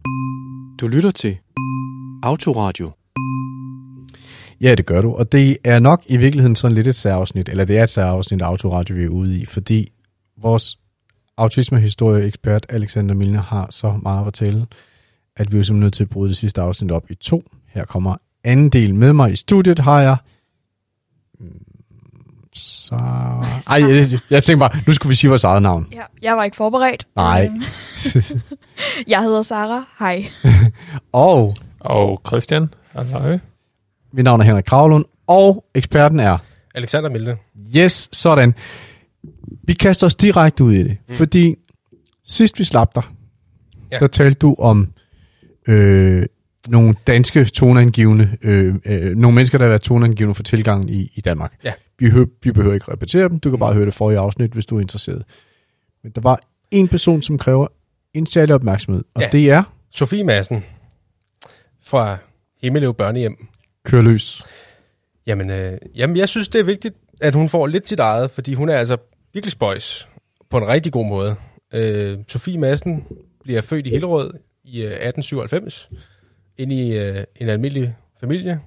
Du lytter til Autoradio. Ja, det gør du. Og det er nok i virkeligheden sådan lidt et særafsnit, eller det er et særafsnit af Autoradio, vi er ude i, fordi vores autismehistorie-ekspert Alexander Milner har så meget at fortælle, at vi er simpelthen nødt til at bryde det sidste afsnit op i 2. Her kommer anden del. Med mig i studiet har jeg... jeg tænkte bare, nu skulle vi sige vores eget navn. Ja, jeg var ikke forberedt. Nej. Jeg hedder Sara. Hej. Og Christian. Hej. Mit navn er Henrik Kravlund, og eksperten er... Alexander Milne. Yes, sådan. Vi kaster os direkte ud i det, fordi sidst vi slap dig, der talte du om nogle danske toneangivende, nogle mennesker, der har været toneangivende for tilgangen i Danmark. Ja. Vi behøver ikke repetere dem, du kan bare høre det forrige afsnit, hvis du er interesseret. Men der var en person, som kræver en særlig opmærksomhed, og det er... Sofie Madsen fra Himmelev Børnehjem. Kør løs. Jamen, jeg synes, det er vigtigt, at hun får lidt sit eget, fordi hun er altså virkelig spøjs på en rigtig god måde. Sofie Madsen bliver født i Hillerød i 1897, ind i en almindelig familie.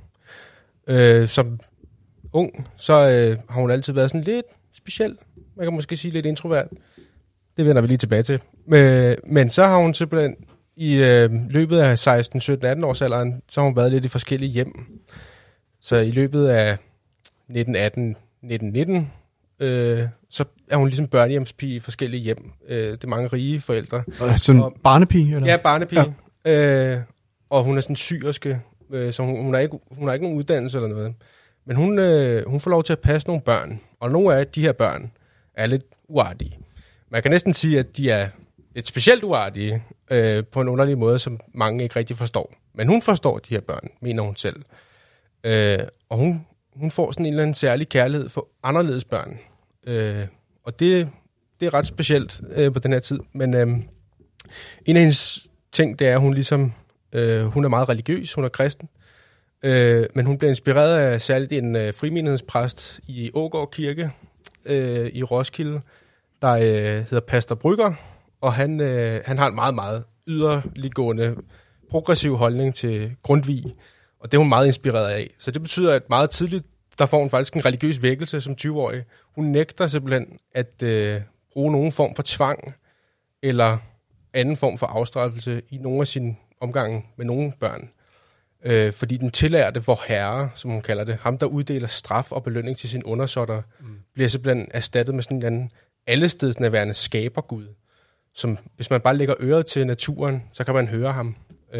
Som ung, så har hun altid været sådan lidt speciel. Man kan måske sige lidt introvert. Det vender vi lige tilbage til. Men så har hun simpelthen i løbet af 16, 17, 18 års alderen, så har hun været lidt i forskellige hjem. Så i løbet af 1918, 1919, så er hun ligesom børnehjemspige i forskellige hjem. Det er mange rige forældre. Sådan en barnepige? Eller? Ja, barnepige. Ja. Og hun er sådan syerske, så hun har ikke nogen uddannelse eller noget. Men hun får lov til at passe nogle børn, og nogle af de her børn er lidt uartige. Man kan næsten sige, at de er lidt specielt uartige, på en underlig måde, som mange ikke rigtig forstår. Men hun forstår de her børn, mener hun selv. Og hun får sådan en eller anden særlig kærlighed for anderledes børn. Og det er ret specielt på den her tid. Men en af hendes ting, det er, at hun ligesom, hun er meget religiøs, hun er kristen. Men hun bliver inspireret af særligt en frimenighedspræst i Ågård Kirke i Roskilde, der hedder Pastor Brygger. Og han har en meget, meget yderliggående progressiv holdning til Grundtvig. Og det er hun meget inspireret af. Så det betyder, at meget tidligt, der får hun faktisk en religiøs vækkelse som 20-årig. Hun nægter simpelthen at bruge nogen form for tvang eller anden form for afstraffelse i nogle af sine omgange med nogle børn. Fordi den tillærte vor herre, som hun kalder det, ham der uddeler straf og belønning til sine undersåtter, bliver simpelthen erstattet med sådan en anden allestedsnærværende skabergud, som hvis man bare lægger øret til naturen, så kan man høre ham.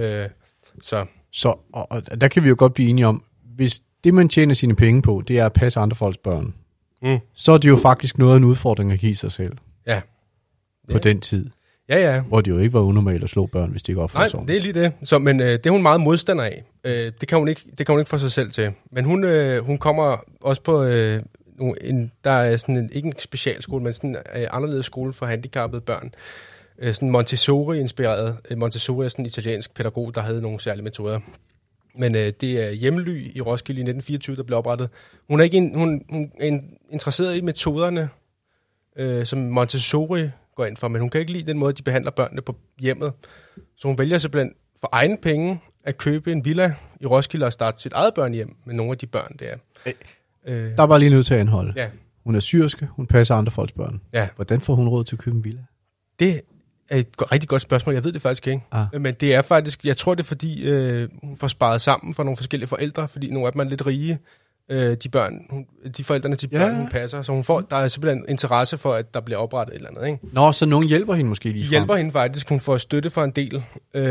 Så og der kan vi jo godt blive enige om, hvis det man tjener sine penge på, det er at passe andre folks børn, så er det jo faktisk noget af en udfordring at give sig selv. Ja. På den tid. Ja. Hvor det jo ikke var unormalt at slå børn, hvis de ikke opførte sig. Nej, det er lige det. Men det er hun meget modstander af. Det kan hun ikke få sig selv til. Men hun kommer også på der er sådan ikke en specialskole, men sådan en anderledes skole for handicappede børn. Sådan Montessori-inspireret. Montessori er sådan en italiensk pædagog, der havde nogle særlige metoder. Men det er Hjemly i Roskilde i 1924, der blev oprettet. Hun er interesseret i metoderne, som Montessori går ind for, men hun kan ikke lide den måde, de behandler børnene på hjemmet. Så hun vælger simpelthen for egen penge at købe en villa i Roskilde og starte sit eget børnehjem med nogle af de børn, der. Der er bare lige nødt til at anholde. Ja. Hun er syerske, hun passer andre folks børn. Ja. Hvordan får hun råd til at købe en villa? Det er et rigtig godt spørgsmål. Jeg ved det faktisk ikke. Men det er faktisk, jeg tror det er fordi, hun får sparet sammen for nogle forskellige forældre, fordi nogle af dem er lidt rige, de forældrene til børn, hun passer. Så der er simpelthen interesse for, at der bliver oprettet et eller andet. Ikke? Nå, så nogen hjælper hende måske lige De hjælper hende faktisk. Hun får støtte for en del.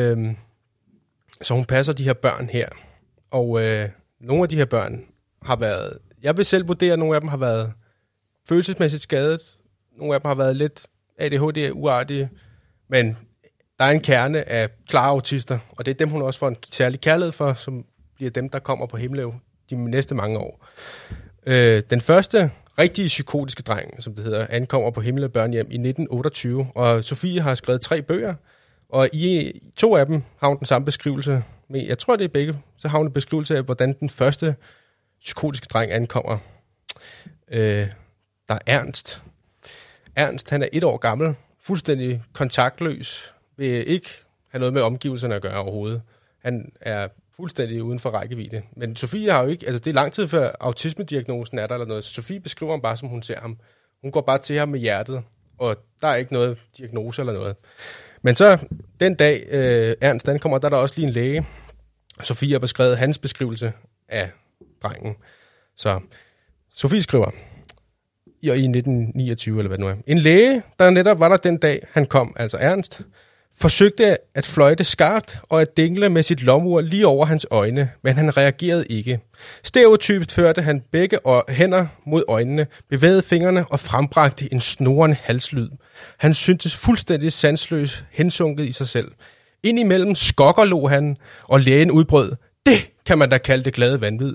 Så hun passer de her børn her. Og nogle af de her børn har været... Jeg vil selv vurdere, at nogle af dem har været følelsesmæssigt skadet. Nogle af dem har været lidt ADHD, uartige. Men der er en kerne af klare autister, og det er dem, hun også får en særlig kærlighed for, som bliver dem, der kommer på Himmelev de næste mange år. Den første rigtige psykotiske dreng, som det hedder, ankommer på Himmelev Børnehjem i 1928, og Sofie har skrevet 3 bøger, og i 2 af dem har hun den samme beskrivelse. Men jeg tror, det er begge. Så har hun en beskrivelse af, hvordan den første psykotiske dreng ankommer. Der er Ernst. Ernst, han er 1 år gammel, fuldstændig kontaktløs, vil ikke have noget med omgivelserne at gøre overhovedet. Han er fuldstændig uden for rækkevidde. Men Sofie har jo ikke, altså det er lang tid før autismediagnosen er der eller noget, så Sofie beskriver ham bare, som hun ser ham. Hun går bare til ham med hjertet, og der er ikke noget diagnose eller noget. Men så den dag, Ernst ankommer, der er der også lige en læge. Sofie har beskrevet hans beskrivelse af drengen. Så Sofie skriver, i 1929, eller hvad det nu er. En læge, der netop var der den dag, han kom, altså Ernst, forsøgte at fløjte skarpt og at dingle med sit lommeur lige over hans øjne, men han reagerede ikke. Stereotypt førte han begge hænder mod øjnene, bevægede fingrene og frembragte en snorende halslyd. Han syntes fuldstændig sansløs, hensunket i sig selv. Indimellem skokkerlog han, og lægen udbrød. Det kan man da kalde det glade vanvid.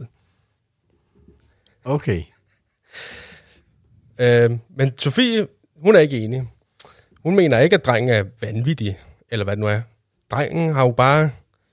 Okay. Men Sofie, hun er ikke enig. Hun mener ikke, at drengen er vanvittig, eller hvad det nu er. Drengen har jo bare...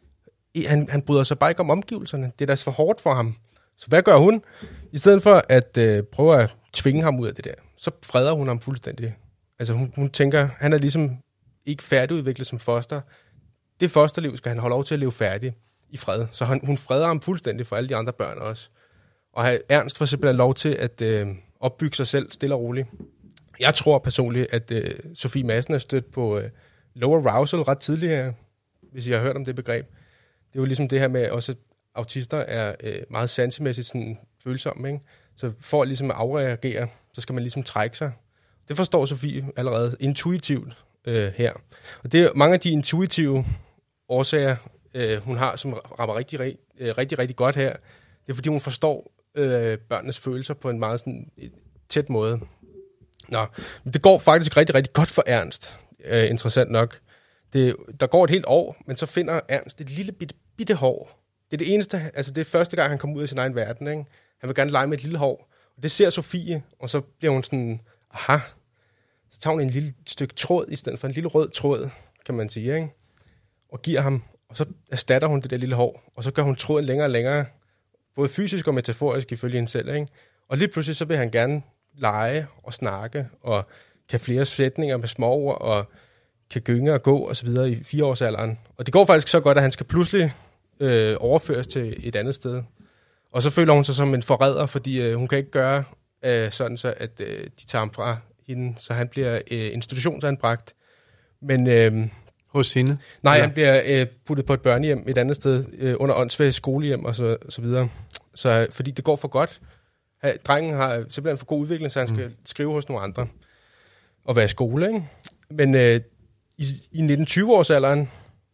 Han bryder sig bare ikke om omgivelserne. Det er da for hårdt for ham. Så hvad gør hun? I stedet for at prøve at tvinge ham ud af det der, så freder hun ham fuldstændig. Altså hun tænker, han er ligesom ikke færdigudviklet som foster. Det fosterliv skal han holde lov til at leve færdig i fred. Så hun freder ham fuldstændig for alle de andre børn også. Og Ernst får simpelthen lov til at opbygge sig selv stille og roligt. Jeg tror personligt, at Sofie Madsen er stødt på low arousal ret tidligt her, hvis I har hørt om det begreb. Det er jo ligesom det her med, også at autister er meget sansemæssigt sådan følsomme, ikke? Så for ligesom at afreagere, så skal man ligesom trække sig. Det forstår Sofie allerede intuitivt her. Og det er mange af de intuitive årsager, hun har, som rammer rigtig godt her. Det er fordi, hun forstår børnenes følelser på en meget sådan, tæt måde. Nå, men det går faktisk rigtig godt for Ernst. Interessant nok. Der går et helt år, men så finder Ernst et lille bitte hår. Det er det eneste, altså det er første gang, han kommer ud af sin egen verden, ikke? Han vil gerne lege med et lille hår. Og det ser Sofie, og så bliver hun sådan, aha. Så tager hun en lille stykke tråd, i stedet for en lille rød tråd, kan man sige, ikke? Og giver ham, og så erstatter hun det der lille hår, og så gør hun tråden længere og længere, både fysisk og metaforisk ifølge hende selv, ikke? Og lige pludselig så vil han gerne lege og snakke, og kan flere sætninger med småord, og kan gynge og gå og så videre i 4-årsalderen. Og det går faktisk så godt, at han skal pludselig overføres til et andet sted. Og så føler hun sig som en forræder, fordi hun kan ikke gøre sådan så, at de tager ham fra hende, så han bliver institutionsanbragt. Men hos hende? Nej, han bliver puttet på et børnehjem et andet sted, under åndssvagt skolehjem og så videre. Så fordi det går for godt. Drengen har simpelthen for god udvikling, så han skal skrive hos nogle andre og være i skole, ikke? Men i 1920-årsalderen,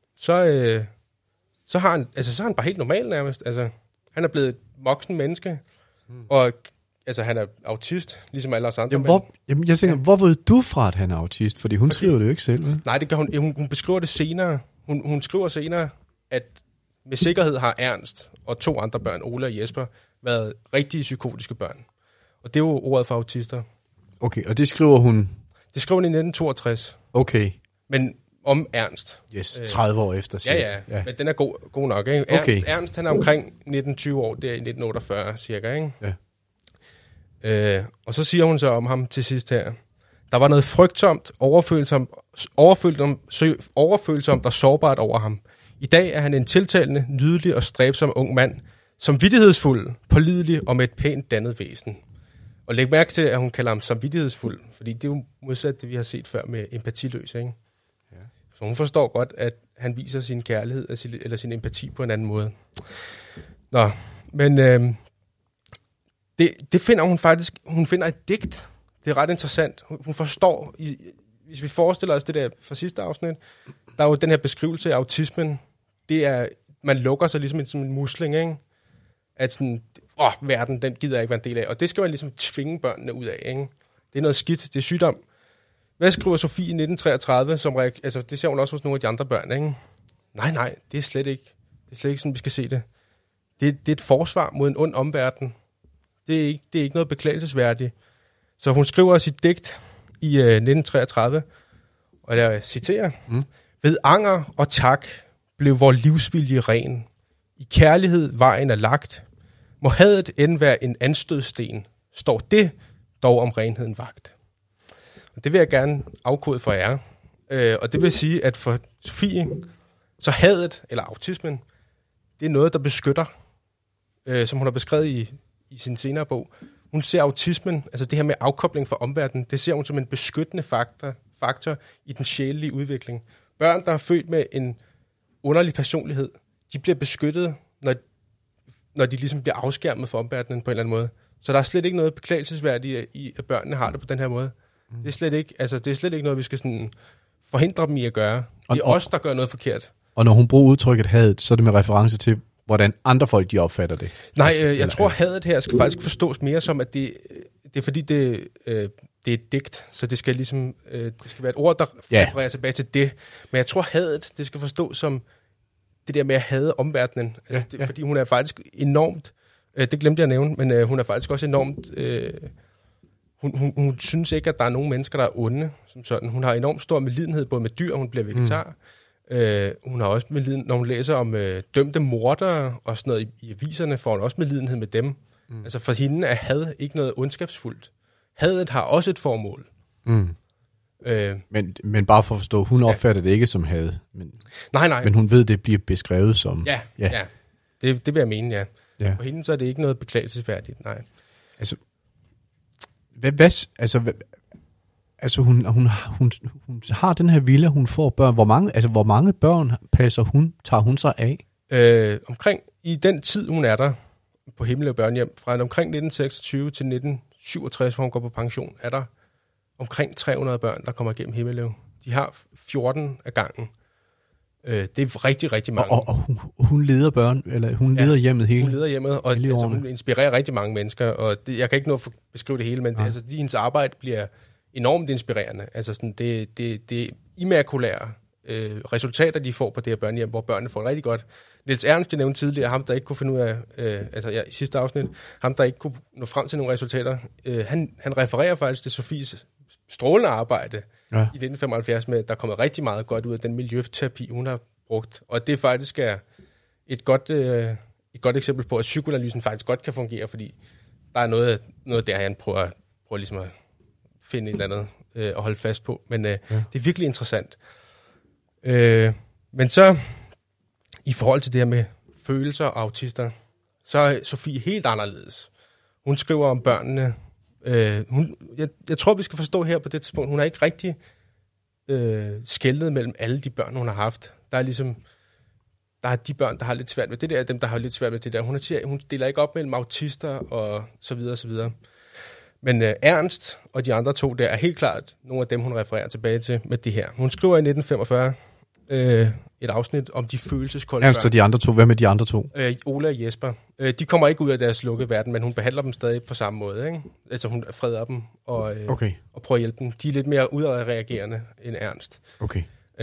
så har han bare helt normal nærmest. Altså, han er blevet et voksen menneske, og altså, han er autist, ligesom alle os andre. Jeg tænker, hvor ved du fra, at han er autist? Fordi hun skriver det jo ikke selv, vel? Nej, det gør hun beskriver det senere. Hun skriver senere, at med sikkerhed har Ernst og 2 andre børn, Ole og Jesper, været rigtige psykotiske børn. Og det er jo ordet for autister. Okay, og det skriver hun? Det skriver hun i 1962. Okay. Men om Ernst. Yes, 30 år efter. Ja, men den er god nok, ikke? Okay. Ernst, han er omkring 19-20 år, det er i 1948 cirka, ikke? Ja. Og så siger hun så om ham til sidst her. Der var noget frygtsomt, overfølsomt og sårbart over ham. I dag er han en tiltalende, nydelig og stræbsom ung mand, samvittighedsfuld, pålidelig og med et pænt dannet væsen. Og læg mærke til, at hun kalder ham samvittighedsfuld, fordi det er jo modsat det, vi har set før med empatiløs, ikke? Ja. Så hun forstår godt, at han viser sin kærlighed eller sin empati på en anden måde. Nå, men det finder hun faktisk. Hun finder et digt. Det er ret interessant. Hun forstår, hvis vi forestiller os det der fra sidste afsnit, der er jo den her beskrivelse af autismen. Det er, man lukker sig ligesom som en musling, ikke? At sådan, verden, den gider jeg ikke være en del af. Og det skal man ligesom tvinge børnene ud af, ikke? Det er noget skidt, det er sygdom. Hvad skriver Sofie i 1933, altså det ser hun også hos nogle af de andre børn, ikke? Nej, det er slet ikke sådan, vi skal se det. Det er et forsvar mod en ond omverden. Det er ikke noget beklagelsesværdigt. Så hun skriver sit digt i 1933, og jeg citerer. Ved anger og tak blev vor livsvilje ren. I kærlighed vejen er lagt. Må hadet end være en anstødsten. Står det dog om renheden vagt. Og det vil jeg gerne afkode for jer. Og det vil sige, at for Sofie, Så hadet, eller autismen, det er noget, der beskytter, som hun har beskrevet i sin senere bog. Hun ser autismen, altså det her med afkobling fra omverdenen, det ser hun som en beskyttende faktor i den sjælelige udvikling. Børn, der er født med en underlig personlighed, de bliver beskyttet, når de ligesom bliver afskærmet fra omverdenen på en eller anden måde. Så der er slet ikke noget beklagelsesværdigt i, at børnene har det på den her måde. Det er slet ikke noget, vi skal sådan forhindre dem i at gøre. Det er os, der gør noget forkert. Og når hun bruger udtrykket hadet, så er det med reference til, hvordan andre folk de opfatter det. Nej, jeg tror, hadet her skal faktisk forstås mere som, at det er fordi, det er et digt, så det skal ligesom, det skal være et ord, der refererer tilbage til det. Men jeg tror, hadet, det skal forstås som det der med at hade omverdenen. Altså, fordi hun er faktisk enormt, det glemte jeg at nævne, men hun er faktisk også enormt, hun synes ikke, at der er nogen mennesker, der er onde, som sådan. Hun har enormt stor medlidenhed, både med dyr, hun bliver vegetar. Hun har også medliden, når hun læser om dømte mordere og sådan noget i aviserne, får hun også medlidenhed med dem. Altså for hende er had ikke noget ondskabsfuldt. Hadet har også et formål. Men bare for at forstå, hun opfatter det ikke som had. Nej. Men hun ved, det bliver beskrevet som... Ja. Det vil jeg mene, ja. For hende så er det ikke noget beklagelsesværdigt, nej. Altså, hun har den her vilje, hun får børn. Hvor mange børn tager hun sig af? Omkring i den tid, hun er der på Himmelev Børnehjem, fra omkring 1926 til 1967, hvor hun går på pension, er der omkring 300 børn, der kommer igennem Himmelev. De har 14 af gangen. Det er rigtig, rigtig mange. Og hun leder børn, eller hun leder hjemmet hele. Hun leder hjemmet, og altså, hun inspirerer rigtig mange mennesker, og jeg kan ikke nå at beskrive det hele, men hendes arbejde bliver enormt inspirerende. Altså sådan, det immakulære resultater, de får på det her børnehjem, hvor børnene får rigtig godt. Niels Ernst, jeg nævnte tidligere, ham der ikke kunne finde ud af, i sidste afsnit, ham der ikke kunne nå frem til nogle resultater, han refererer faktisk til Sofies strålende arbejde i 1975 med, at der er kommet rigtig meget godt ud af den miljøterapi, hun har brugt. Og det faktisk er et godt eksempel på, at psykoanalysen faktisk godt kan fungere, fordi der er noget der, han prøver ligesom at finde et eller andet at holde fast på. Men det er virkelig interessant. Men så, i forhold til det her med følelser og autister, så er Sofie helt anderledes. Hun skriver om børnene. Jeg tror, vi skal forstå her på det tidspunkt, hun har ikke rigtig skelnet mellem alle de børn, hun har haft. Der er de børn, der har lidt svært med det der, dem, der har lidt svært med det der. Hun deler ikke op mellem autister og så videre, så videre. Men Ernst og de andre to der er helt klart nogle af dem, hun refererer tilbage til med det her. Hun skriver i 1945 et afsnit om de følelseskolde Ernst og de andre to. Hvad med de andre to? Ole og Jesper. De kommer ikke ud af deres lukkede verden, men hun behandler dem stadig på samme måde. Ikke? Altså hun freder dem og prøver at hjælpe dem. De er lidt mere udadreagerende end Ernst. Okay.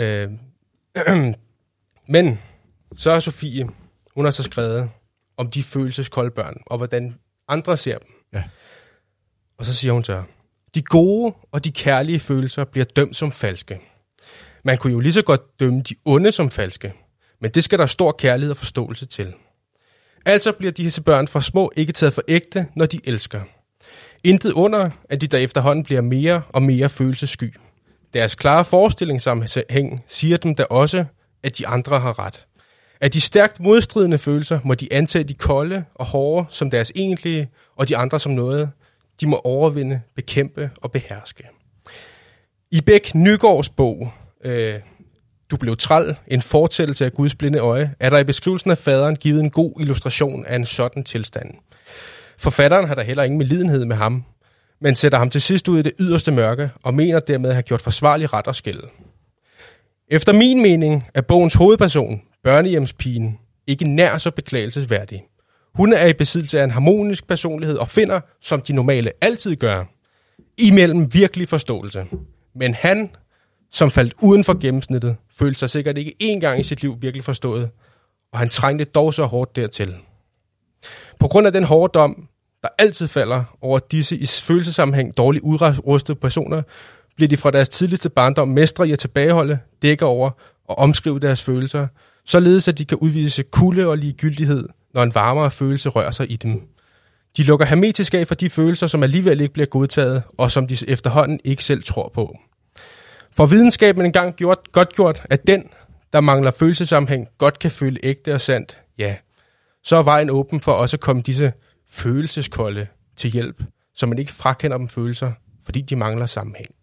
Men så er Sofie, hun har så skrevet om de følelseskolde børn, og hvordan andre ser dem. Ja. Og så siger hun så, de gode og de kærlige følelser bliver dømt som falske. Man kunne jo lige så godt dømme de onde som falske, men det skal der stor kærlighed og forståelse til. Altså bliver disse børn fra små ikke taget for ægte, når de elsker. Intet under, at de der efterhånden bliver mere og mere følelsessky. Deres klare forestillingssammenhæng siger dem da også, at de andre har ret. At de stærkt modstridende følelser må de antage de kolde og hårde som deres egentlige, og de andre som noget, de må overvinde, bekæmpe og beherske. I Bæk Nygaards bog, Du blev træl, en fortællelse af Guds blinde øje, er der i beskrivelsen af faderen givet en god illustration af en sådan tilstand. Forfatteren har der heller ingen medlidenhed med ham, men sætter ham til sidst ud i det yderste mørke, og mener dermed at have gjort forsvarlig ret og skæld. Efter min mening er bogens hovedperson, børnehjemspigen, ikke nær så beklagelsesværdig. Hun er i besiddelse af en harmonisk personlighed og finder, som de normale altid gør, imellem virkelig forståelse. Men han, som faldt uden for gennemsnittet, følte sig sikkert ikke én gang i sit liv virkelig forstået, og han trængte dog så hårdt dertil. På grund af den hårde dom, der altid falder over disse i følelsessammenhæng dårligt udrustede personer, bliver de fra deres tidligste barndom mestre i at tilbageholde, dække over og omskrive deres følelser, således at de kan udvise kulde og ligegyldighed, når en varmere følelse rører sig i dem. De lukker hermetisk af for de følelser, som alligevel ikke bliver godtaget, og som de efterhånden ikke selv tror på. For videnskaben engang godt gjort, at den, der mangler følelsessammenhæng, godt kan føle ægte og sandt, ja, så er vejen åben for også at komme disse følelseskolde til hjælp, så man ikke frakender dem følelser, fordi de mangler sammenhæng.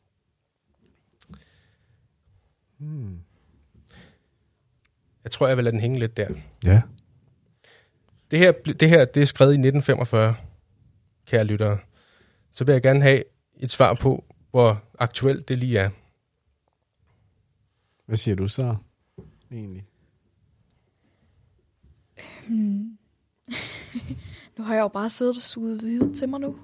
Jeg tror, jeg vil lade den hænge lidt der. Ja. Det her det er skrevet i 1945, kære lyttere. Så vil jeg gerne have et svar på, hvor aktuelt det lige er. Hvad siger du så egentlig? Nu har jeg jo bare siddet og suget viden til mig nu.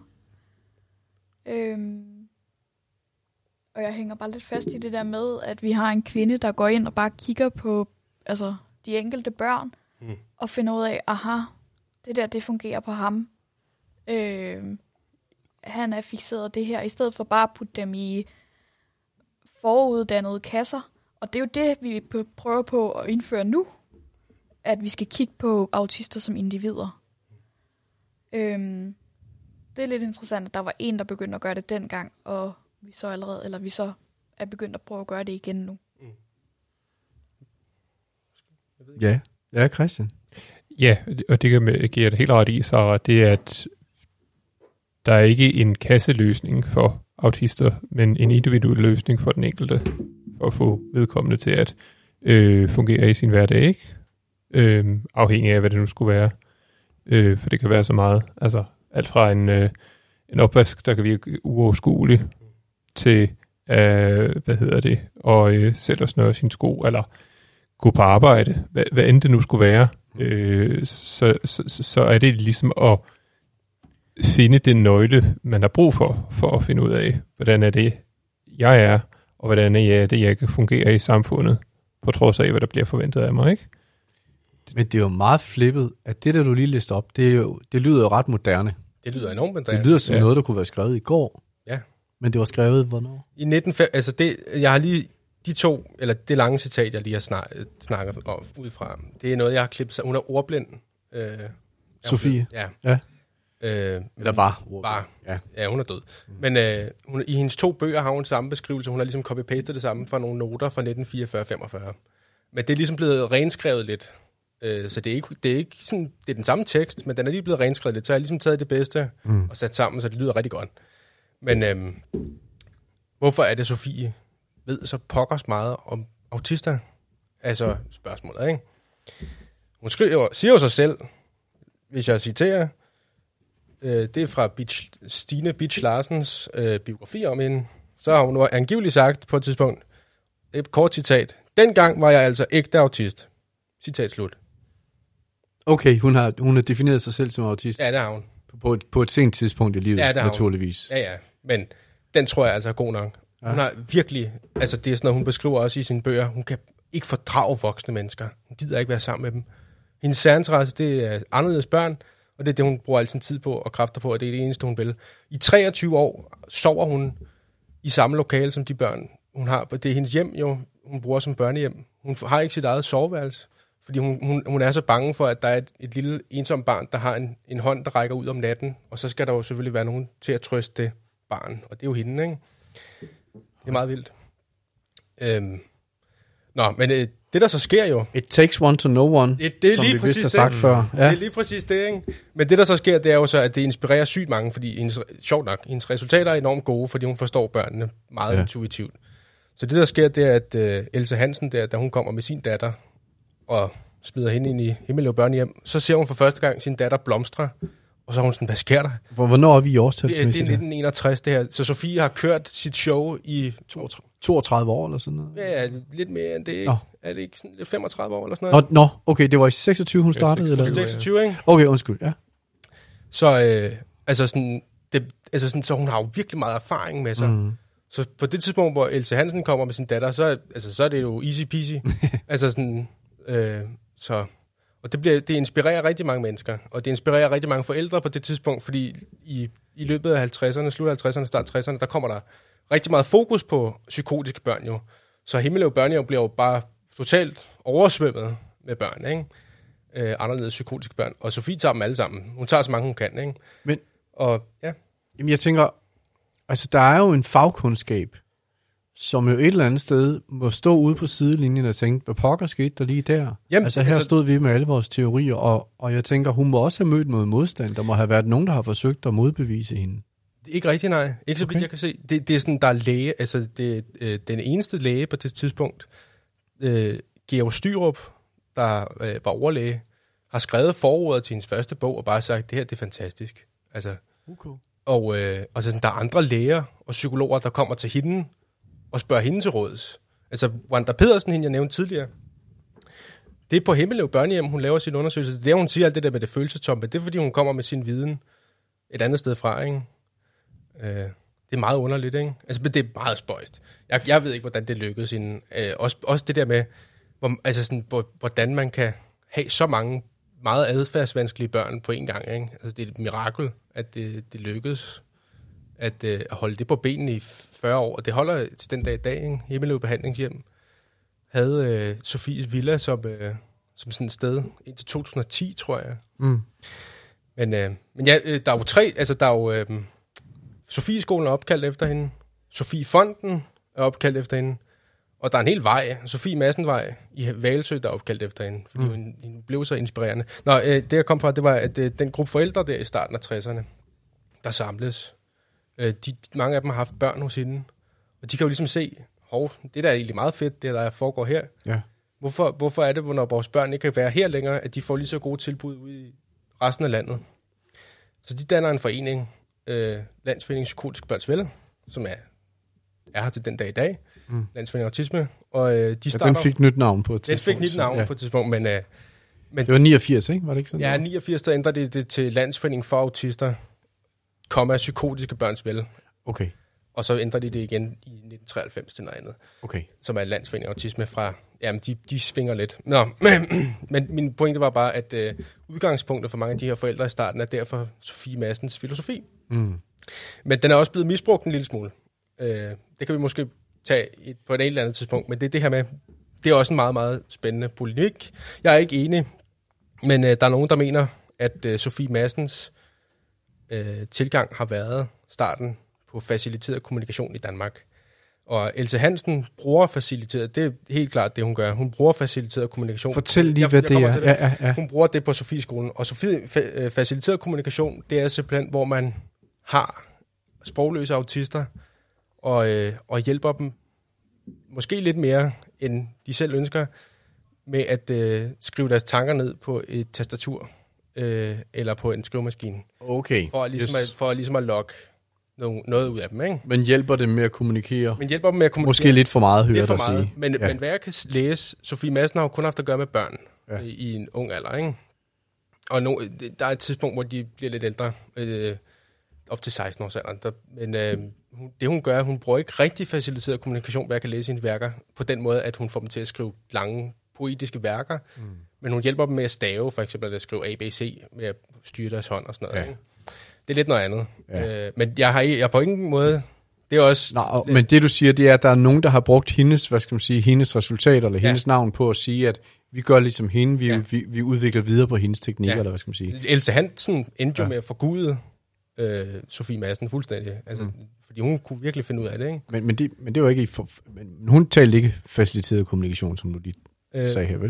Og jeg hænger bare lidt fast i det der med, at vi har en kvinde, der går ind og bare kigger på de enkelte børn, og finder ud af, aha, det fungerer på ham. Han er fikseret af det her, i stedet for bare at putte dem i foruddannede kasser. Og det er jo det, vi prøver på at indføre nu, at vi skal kigge på autister som individer. Det er lidt interessant, at der var en, der begyndte at gøre det dengang, og vi så er begyndt at prøve at gøre det igen nu. Ja, Christian. Ja, og det giver jeg det helt ret i, Sarah. Det er, at der er ikke en kasseløsning for autister, men en individuel løsning for den enkelte, for at få vedkommende til at fungere i sin hverdag, ikke? Afhængig af, hvad det nu skulle være. For det kan være så meget. Altså alt fra en opvask, der kan virke uoverskuelig, til og selv at snøre sine sko, eller gå på arbejde, hvad end det nu skulle være, så er det ligesom at finde den nøgle, man har brug for at finde ud af, hvordan er det, jeg er, og hvordan er det, jeg kan fungere i samfundet, på trods af, hvad der bliver forventet af mig, ikke? Men det er jo meget flippet, at det, der du lige læste op, det lyder jo ret moderne. Det lyder enormt moderne. Det lyder som noget, der kunne være skrevet i går. Ja. Men det var skrevet hvornår? I 1905, jeg har lige de to, eller det lange citat, jeg lige har snakket ud fra, det er noget, jeg har klippet sig. Hun er ordblind. Sofie? Ja. Eller var. Ja, hun er død. Men i hendes 2 bøger har hun samme beskrivelse. Hun har ligesom copy-pastet det samme fra nogle noter fra 1944-45. Men det er ligesom blevet renskrevet lidt. Så det er ikke sådan, det er den samme tekst, men den er lige blevet renskrevet lidt. Så jeg har ligesom taget det bedste og sat sammen, så det lyder rigtig godt. Men hvorfor er det, Sofie ved så pokkers meget om autister? Altså spørgsmålet, ikke? Hun siger jo sig selv, hvis jeg citerer, det er fra Stine Bitsch Larsens biografi om hende, så har hun angiveligt sagt på et tidspunkt, et kort citat, dengang var jeg altså ægte autist. Citat slut. Okay, hun har defineret sig selv som autist. Ja, det har hun. På et sent tidspunkt i livet, ja, naturligvis. Ja, men den tror jeg altså er god nok. Ja. Hun har virkelig, altså det er sådan noget, hun beskriver også i sine bøger, hun kan ikke fordrage voksne mennesker. Hun gider ikke være sammen med dem. Hendes særinteresse, det er anderledes børn, og det er det, hun bruger al sin tid på og kræfter på, og det er det eneste, hun vil. I 23 år sover hun i samme lokale som de børn, hun har. Det er hendes hjem jo, hun bruger som børnehjem. Hun har ikke sit eget soveværelse, fordi hun er så bange for, at der er et lille ensomt barn, der har en hånd, der rækker ud om natten, og så skal der jo selvfølgelig være nogen til at trøste det barn, og det er jo hende, ikke? Det er meget vildt. Men det der så sker jo... It takes one to know one, det er som lige vi præcis vist har sagt før. Ja. Det er lige præcis det, ikke? Men det der så sker, det er jo så, at det inspirerer sygt mange, fordi sjovt nok, hendes resultater er enormt gode, fordi hun forstår børnene meget intuitivt. Så det der sker, det er, at Else Hansen, da hun kommer med sin datter, og smider hende ind i Himmelev Børnehjem, så ser hun for første gang sin datter blomstre, og så er hun sådan, hvad sker der? Hvornår er vi i årstalsmæssigt? Det er 1961, det her. Så Sofie har kørt sit show i 32 år eller sådan noget? Ja, lidt mere end det, ikke? Er det ikke sådan lidt 35 år eller sådan noget? Okay, det var i 26, hun startede? 26, ikke? Okay, undskyld, ja. Så, så hun har jo virkelig meget erfaring med sig. Mm. Så på det tidspunkt, hvor Else Hansen kommer med sin datter, så er det jo easy peasy. Og det inspirerer rigtig mange mennesker, og det inspirerer rigtig mange forældre på det tidspunkt, fordi i løbet af 50'erne, slut af 50'erne, start 60'erne, der kommer der rigtig meget fokus på psykotiske børn jo. Så Himmelev Børnehjem bliver jo bare totalt oversvømmet med børn, ikke? Anderledes psykotiske børn. Og Sofie tager dem alle sammen. Hun tager så mange, hun kan, ikke? Jamen, jeg tænker, altså der er jo en fagkundskab, som jo et eller andet sted må stå ude på sidelinjen og tænke, hvad pokker skete der lige der? Jamen, altså her stod vi med alle vores teorier, og jeg tænker, hun må også have mødt noget modstand. Der må have været nogen, der har forsøgt at modbevise hende. Ikke rigtigt, nej. Ikke så vidt jeg kan se. Det er sådan, der er læge, altså den eneste læge på det tidspunkt, Georg Styrup, der var overlæge, har skrevet forordet til hendes første bog og bare sagt, det her det er fantastisk. Altså, Okay. og så der er andre læger og psykologer, der kommer til hende og spørger hende til råds. Altså, Wanda Pedersen, hende jeg nævnte tidligere, det er på Himmelev Børnehjem, hun laver sin undersøgelse. Det er, hun siger alt det der med det følelsestomme, det er, fordi hun kommer med sin viden et andet sted fra, ikke? Det er meget underligt, ikke? Altså, det er meget spøjst. Jeg ved ikke, hvordan det lykkedes hende. Også det der med, hvordan man kan have så mange meget adfærdsvanskelige børn på en gang, ikke? Altså, det er et mirakel, at det lykkedes at holde det på benene i 40 år. Og det holder til den dag i dag, ikke? Himmelev Behandlingshjem havde Sofies Villa som sådan et sted indtil 2010, tror jeg. Mm. Men ja, der er jo tre, altså der er jo Sofieskolen er opkaldt efter hende, Sofiefonden er opkaldt efter hende, og der er en hel vej, Sofie Madsenvej i Hvalsø, der er opkaldt efter hende, fordi hun blev så inspirerende. Nå, det jeg kom fra, det var, at den gruppe forældre der i starten af 60'erne, der samles, mange af dem har haft børn hos hende, og de kan jo ligesom se, det der er egentlig meget fedt, det der foregår her. Ja. Hvorfor er det, når vores børn ikke kan være her længere, at de får lige så gode tilbud ude i resten af landet? Så de danner en forening, Landsforeningen Psykotiske Børns Vel, som er her til den dag i dag. Landsforeningen Autisme. Og de starter, den fik nyt navn på et tidspunkt. Den fik nyt navn på et tidspunkt, men det var 89, ikke? Var det ikke sådan? Ja, 89, der ændrede det til Landsforeningen for Autister, Psykotiske Børns Vel. Okay. Og så ændrede de det igen i 1993 til noget andet. Okay. Som er Landsforeningen Autisme fra... Jamen, de svinger lidt. Nå, men min pointe var bare, at udgangspunktet for mange af de her forældre i starten er derfor Sofie Madsens filosofi. Mm. Men den er også blevet misbrugt en lille smule. Det kan vi måske tage på et eller andet tidspunkt, men det her med... Det er også en meget, meget spændende polemik. Jeg er ikke enig, men der er nogen, der mener, at Sofie Madsens tilgang har været starten på faciliteret kommunikation i Danmark. Og Else Hansen bruger faciliteret, det er helt klart det, hun gør. Hun bruger faciliteret kommunikation. Fortæl lige, hvad det er. Ja. Hun bruger det på Sofieskolen. Og faciliteret kommunikation, det er simpelthen, hvor man har sprogløse autister og hjælper dem måske lidt mere, end de selv ønsker, med at skrive deres tanker ned på et tastatur eller på en skrivemaskine. Okay. For ligesom at logge noget ud af dem, ikke? Men hjælper dem med at kommunikere? Måske lidt for meget, hører jeg sige. Men hvad jeg kan læse, Sofie Madsen har jo kun haft at gøre med børn i en ung alder, ikke? Og der er et tidspunkt, hvor de bliver lidt ældre, op til 16 års alderen. Men det hun gør, hun bruger ikke rigtig faciliteret kommunikation, hvad jeg kan læse i hendes værker, på den måde, at hun får dem til at skrive lange poetiske værker, men hun hjælper dem med at stave, for eksempel at skrive ABC, med at styre deres hånd og sådan noget, ikke? Det er lidt noget andet. Ja. Men jeg på ingen måde... Det er også... men det du siger, det er, at der er nogen, der har brugt hendes, hendes resultater, eller hendes navn på at sige, at vi gør ligesom hende, vi udvikler videre på hendes teknikker, eller hvad skal man sige. Else Hansen endte jo med at forgude Sofie Madsen fuldstændig. Altså, fordi hun kunne virkelig finde ud af det, ikke? Men det var ikke... Men hun talte ikke faciliteret kommunikation, som du lige sagde her,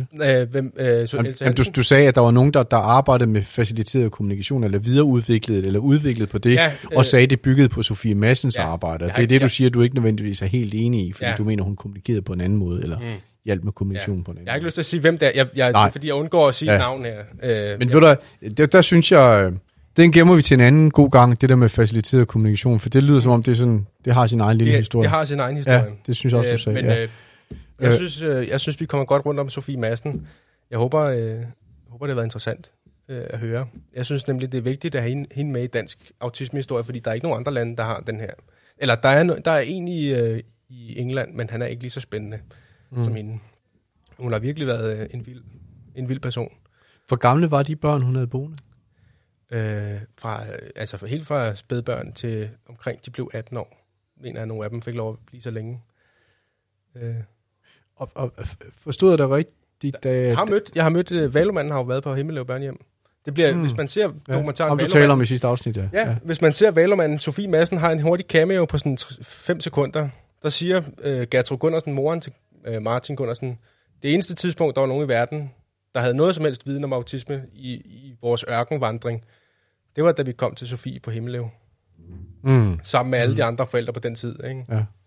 vel? Du sagde, at der var nogen, der arbejdede med faciliteret kommunikation, eller videreudviklede, eller udviklede på det, og sagde, at det byggede på Sofie Madsens arbejde. Det er det, du siger, du ikke nødvendigvis er helt enig i, fordi du mener, hun kommunikerede på en anden måde, eller hjalp med kommunikation på en anden måde. Jeg har ikke lyst til at sige, hvem det er, fordi jeg undgår at sige navn her. Men ved du, der synes jeg... Den gemmer vi til en anden god gang, det der med faciliteret kommunikation, for det lyder som om, det er sådan, det har sin egen lille historie. Det har sin egen historie. Ja, det synes jeg også, du sagde. Men jeg synes, vi kommer godt rundt om Sofie Madsen. Jeg håber, det har været interessant at høre. Jeg synes nemlig, det er vigtigt at have hende med i dansk autismehistorie, fordi der er ikke nogen andre lande, der har den her. Eller der er en i England, men han er ikke lige så spændende som hende. Hun har virkelig været en vild person. Hvor gamle var de børn, hun havde boende? Helt fra spædbørn til omkring de blev 18 år, mener jeg, nogle af dem fik lov at blive så længe. Og forstod jeg dig rigtigt? Jeg har mødt Valomanden, har jo været på Himmelev Børnehjem. Det bliver, hvis man ser dokumentaren Valomanden... Du taler om i sidste afsnit, ja, hvis man ser Valomanden, Sofie Madsen har en hurtig cameo på sådan 5 sekunder, der siger Gertrud Gundersen, moren til Martin Gundersen, det eneste tidspunkt, der var nogen i verden, der havde noget som helst viden om autisme i vores ørkenvandring, det var, da vi kom til Sofie på Himmelev. Sammen med alle de andre forældre på den tid. Ikke?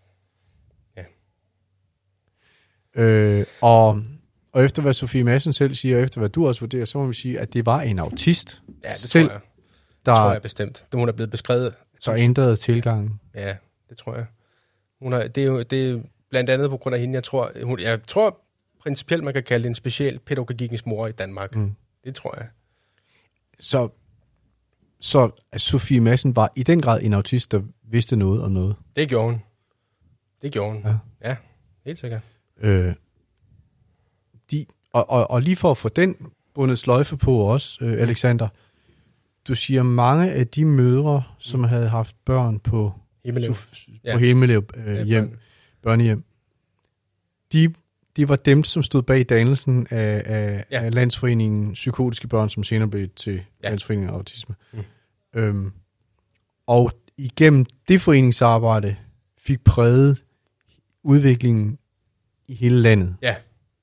Ja. Og efter hvad Sofie Madsen selv siger, og efter hvad du også vurderer, så må vi sige, at det var en autist. Ja, det selv, tror jeg. Det tror jeg bestemt. Det hun er blevet beskrevet. Så ændrede tilgangen. Ja, det tror jeg. Det er blandt andet på grund af hende, jeg tror principielt, man kan kalde det en speciel pædagogikkens mor i Danmark. Det tror jeg. Så Sofie Madsen var i den grad en autist, der vidste noget om noget. Det gjorde hun. Ja, helt sikkert. Og lige for at få den bundet sløjfe på også, Alexander, du siger, mange af de mødre, som havde haft børn på Himmelev børnehjem, de var dem, som stod bag dannelsen af Landsforeningen Psykotiske Børn, som senere blev til Landsforeningen Autisme. Og igennem det foreningsarbejde fik præget udviklingen i hele landet. Ja.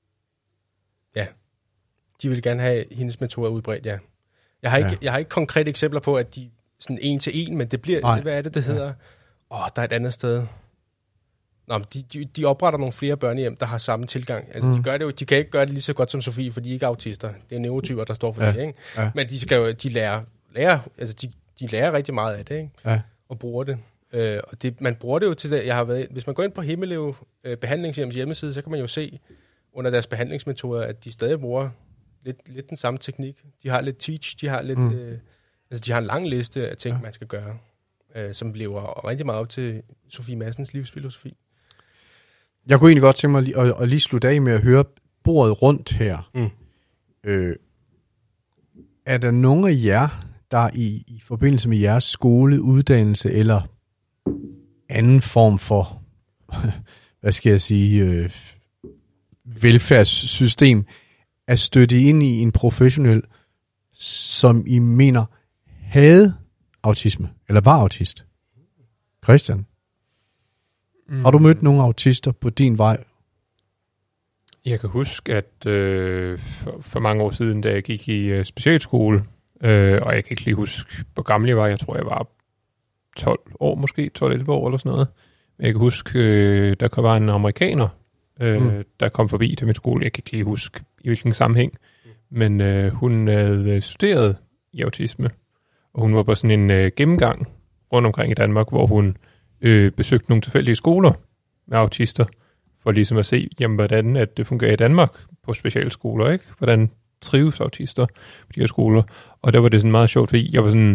De ville gerne have hendes metoder udbredt, ja. Jeg har ikke konkrete eksempler på, at de sådan en til en, men det bliver, hvad er det hedder? Der er et andet sted. Nå, de opretter nogle flere børnehjem, der har samme tilgang. Altså, de gør det jo, de kan ikke gøre det lige så godt som Sofie, for de er ikke autister. Det er neurotyper, der står for det, ikke? Ja. Men de lærer, altså de lærer rigtig meget af det, ikke? Ja. Og bruger det. Og man bruger det jo til det. Hvis man går ind på Himmelev Behandlingshjems hjemmeside, så kan man jo se under deres behandlingsmetoder, at de stadig bruger lidt den samme teknik. De har lidt teach, de har lidt, de har en lang liste af ting, man skal gøre, som lever rigtig meget op til Sofie Madsens livsfilosofi. Jeg kunne egentlig godt tænke mig at lige slutte af med at høre bordet rundt her. Er der nogen af jer, der i forbindelse med jeres skole, uddannelse eller anden form for, hvad skal jeg sige, velfærdssystem, er støttet ind i en professionel, som I mener havde autisme, eller var autist? Christian? Har du mødt nogle autister på din vej? Jeg kan huske, at for mange år siden, da jeg gik i specialskole, og jeg kan ikke lige huske, hvor gammel jeg var. Jeg tror, jeg var 12 år måske, 12-11 år eller sådan noget. Men jeg kan huske, der var en amerikaner, der kom forbi til min skole. Jeg kan ikke lige huske, i hvilken sammenhæng. Men hun havde studeret i autisme, og hun var på sådan en gennemgang rundt omkring i Danmark, hvor hun besøgte nogle tilfældige skoler med autister, for ligesom at se, jamen, hvordan at det fungerer i Danmark på specialskoler, ikke? Hvordan trives autister på de her skoler. Og der var det sådan meget sjovt, fordi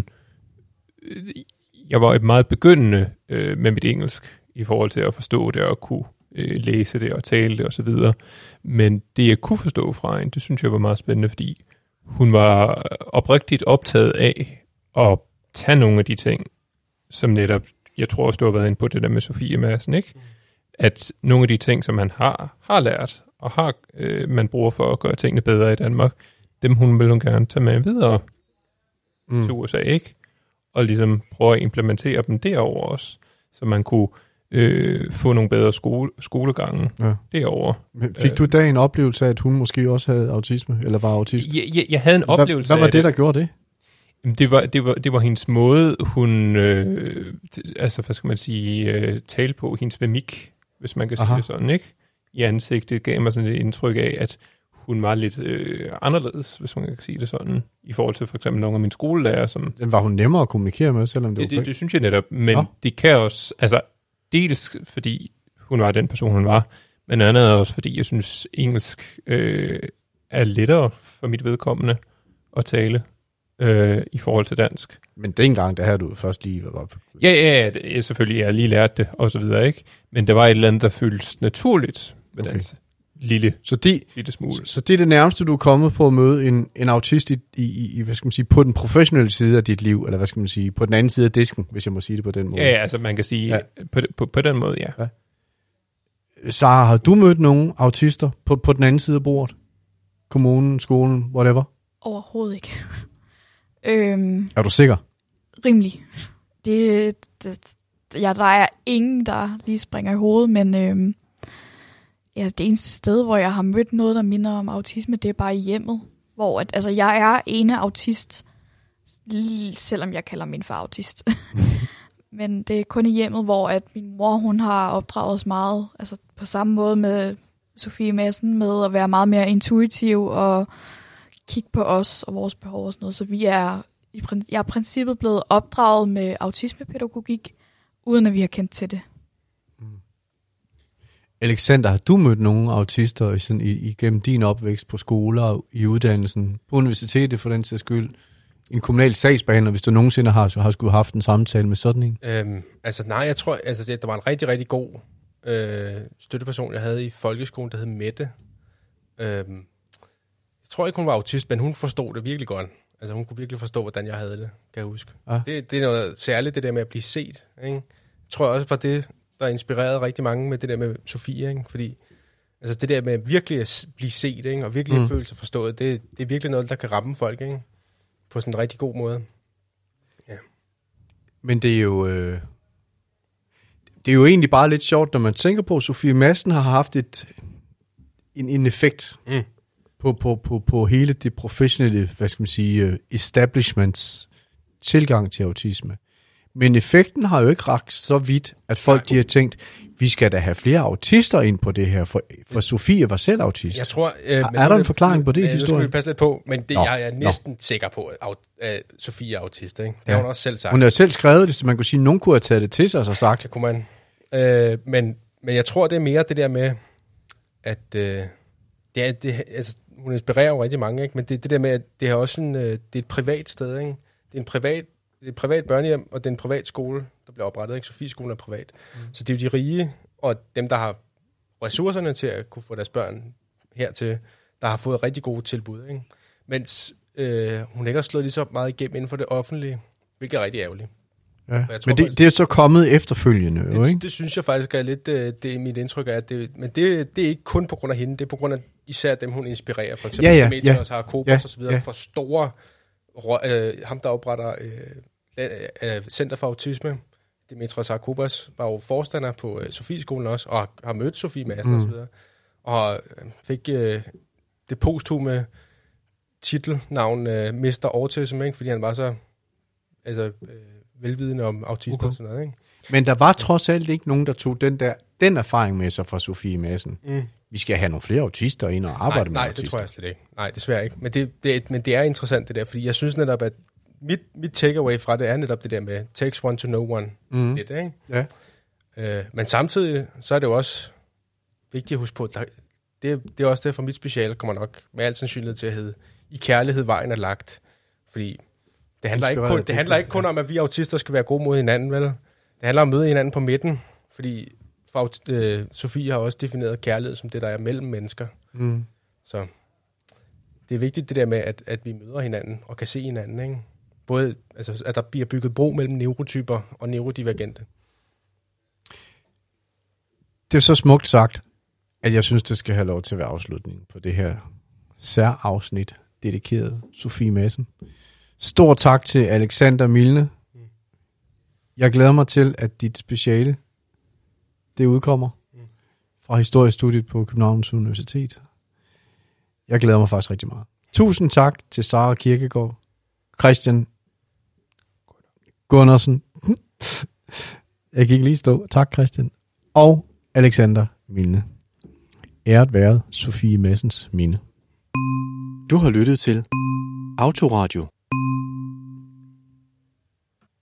jeg var et meget begyndende med mit engelsk, i forhold til at forstå det og kunne læse det og tale det osv. Men det, jeg kunne forstå fra hende, det synes jeg var meget spændende, fordi hun var oprigtigt optaget af at tage nogle af de ting, som netop, jeg tror også, du har været inde på det der med Sofie Madsen, ikke? At nogle af de ting, som man har lært, og man bruger for at gøre tingene bedre i Danmark, dem hun vil gerne tage med videre til USA, ikke? Og ligesom prøve at implementere dem derover også, så man kunne få nogle bedre skolegange derovre. Men fik du da en oplevelse af, at hun måske også havde autisme, eller var autist? Jeg havde en oplevelse af Hvad var det, der gjorde det? Det var hendes måde, hun, altså hvad skal man sige, tale på, hendes mimik, hvis man kan sige det sådan, ikke? I ansigtet gav mig sådan et indtryk af, at hun var lidt anderledes, hvis man kan sige det sådan, i forhold til for eksempel nogle af mine skolelærer, som... Var hun nemmere at kommunikere med, selvom det var det synes jeg netop, men det kan også, altså dels fordi hun var den person, hun var, men andet også fordi jeg synes, engelsk er lettere for mit vedkommende at tale i forhold til dansk. Men dengang, der havde du først lige været op. Ja, selvfølgelig, jeg lige lært det, og så videre, ikke? Men der var et eller andet, der føltes naturligt med dans. Lille smule. Så det er det nærmeste, du er kommet på at møde en autist i hvad skal man sige, på den professionelle side af dit liv, eller hvad skal man sige, på den anden side af disken, hvis jeg må sige det på den måde. Ja, altså man kan sige, på den måde, ja. Sara, har du mødt nogle autister på den anden side af bordet? Kommunen, skolen, whatever? Overhovedet ikke. Er du sikker? Rimelig. Det der er ingen, der lige springer i hovedet, men det eneste sted, hvor jeg har mødt noget, der minder om autisme, det er bare i hjemmet. Hvor jeg er ene autist, selvom jeg kalder min far autist. Men det er kun i hjemmet, hvor at min mor, hun har opdraget os meget, altså på samme måde med Sofie Madsen, med at være meget mere intuitiv og kigge på os og vores behov og sådan noget. Så jeg er i princippet blevet opdraget med autismepædagogik, uden at vi har kendt til det. Alexander, har du mødt nogle autister igennem din opvækst på skoler, i uddannelsen, på universitetet for den sags skyld? En kommunal sagsbehandler, hvis du nogensinde har skulle haft en samtale med sådan en? Nej, jeg tror, der var en rigtig, rigtig god støtteperson, jeg havde i folkeskolen, der hed Mette. Jeg tror ikke, hun var autist, men hun forstod det virkelig godt. Altså, hun kunne virkelig forstå, hvordan jeg havde det, kan jeg huske. Ja. Det er noget særligt, det der med at blive set. Ikke? Jeg tror også, var det, der inspirerede rigtig mange med det der med Sofie. Ikke? Fordi altså, det der med virkelig at blive set, ikke? Og virkelig at føle sig forstået, det er virkelig noget, der kan ramme folk, ikke? På sådan en rigtig god måde. Ja. Men det er jo egentlig bare lidt sjovt, når man tænker på, at Sofie Madsen har haft en effekt på hele det professionelle, establishments tilgang til autisme. Men effekten har jo ikke rakt så vidt, at folk de har tænkt, vi skal da have flere autister ind på det her, for Sofie var selv autist. Jeg tror, er der en forklaring på det i historien? Nu skal vi passe lidt på, men jeg er næsten sikker på, at Sofie er autist. Ikke? Det har hun også selv sagt. Hun har selv skrevet det, så man kunne sige, at nogen kunne have taget det til sig og så sagt. Det kunne man. Men jeg tror, det er mere det der med, at hun inspirerer jo rigtig mange, ikke? Men det der med, at det er også det er et privat sted, ikke? Det er et privat børnehjem, og det er en privat skole, der bliver oprettet. Ikke? Sofieskolen er privat. Så det er jo de rige, og dem, der har ressourcerne til at kunne få deres børn hertil, der har fået rigtig gode tilbud. Ikke? Mens hun ikke har slået lige så meget igennem inden for det offentlige, hvilket er rigtig ærgerligt. Ja. Men det er så kommet efterfølgende, jo, ikke? Det synes jeg faktisk er lidt, det mit indtryk er, men det er ikke kun på grund af hende, det er på grund af især dem, hun inspirerer. For eksempel Demetrios Harakobos og så videre, for store, ham der opretter Center for Autisme, Demetrios Harakobos, var jo forstander på Sofieskolen også, og har mødt Sofie Madsen og så videre, og fik det posthume titelnavn Mr. Autism, ikke? Fordi han var så velvidende om autister og sådan noget, ikke? Men der var trods alt ikke nogen, der tog den erfaring med sig fra Sofie Madsen. Vi skal have nogle flere autister ind og arbejde med autister. Nej, det tror jeg slet ikke. Nej, desværre ikke. Men det er interessant det der, fordi jeg synes netop, at mit takeaway fra det er netop det der med takes one to know one. Lidt, ikke? Ja. Men samtidig, så er det jo også vigtigt at huske på, at det er også det fra mit speciale, kommer nok med al sandsynlighed til at hedde I kærlighed vejen er lagt. Fordi det handler ikke kun om, at vi autister skal være gode mod hinanden, vel? Det handler om at møde hinanden på midten, fordi Sofie har også defineret kærlighed som det, der er mellem mennesker. Så det er vigtigt det der med, at vi møder hinanden og kan se hinanden, ikke? Både, altså, at der bliver bygget bro mellem neurotyper og neurodivergente. Det er så smukt sagt, at jeg synes, det skal have lov til at være afslutningen på det her særafsnit, dedikeret Sofie Madsen. Stor tak til Alexander Milne. Jeg glæder mig til, at dit speciale, det udkommer fra Historiestudiet på Københavns Universitet. Jeg glæder mig faktisk rigtig meget. Tusind tak til Sara Kirkegaard, Christian Gunnarsen. Jeg gik lige stå. Tak, Christian. Og Alexander Milne. Æret været Sofie Madsens minde. Du har lyttet til Autoradio.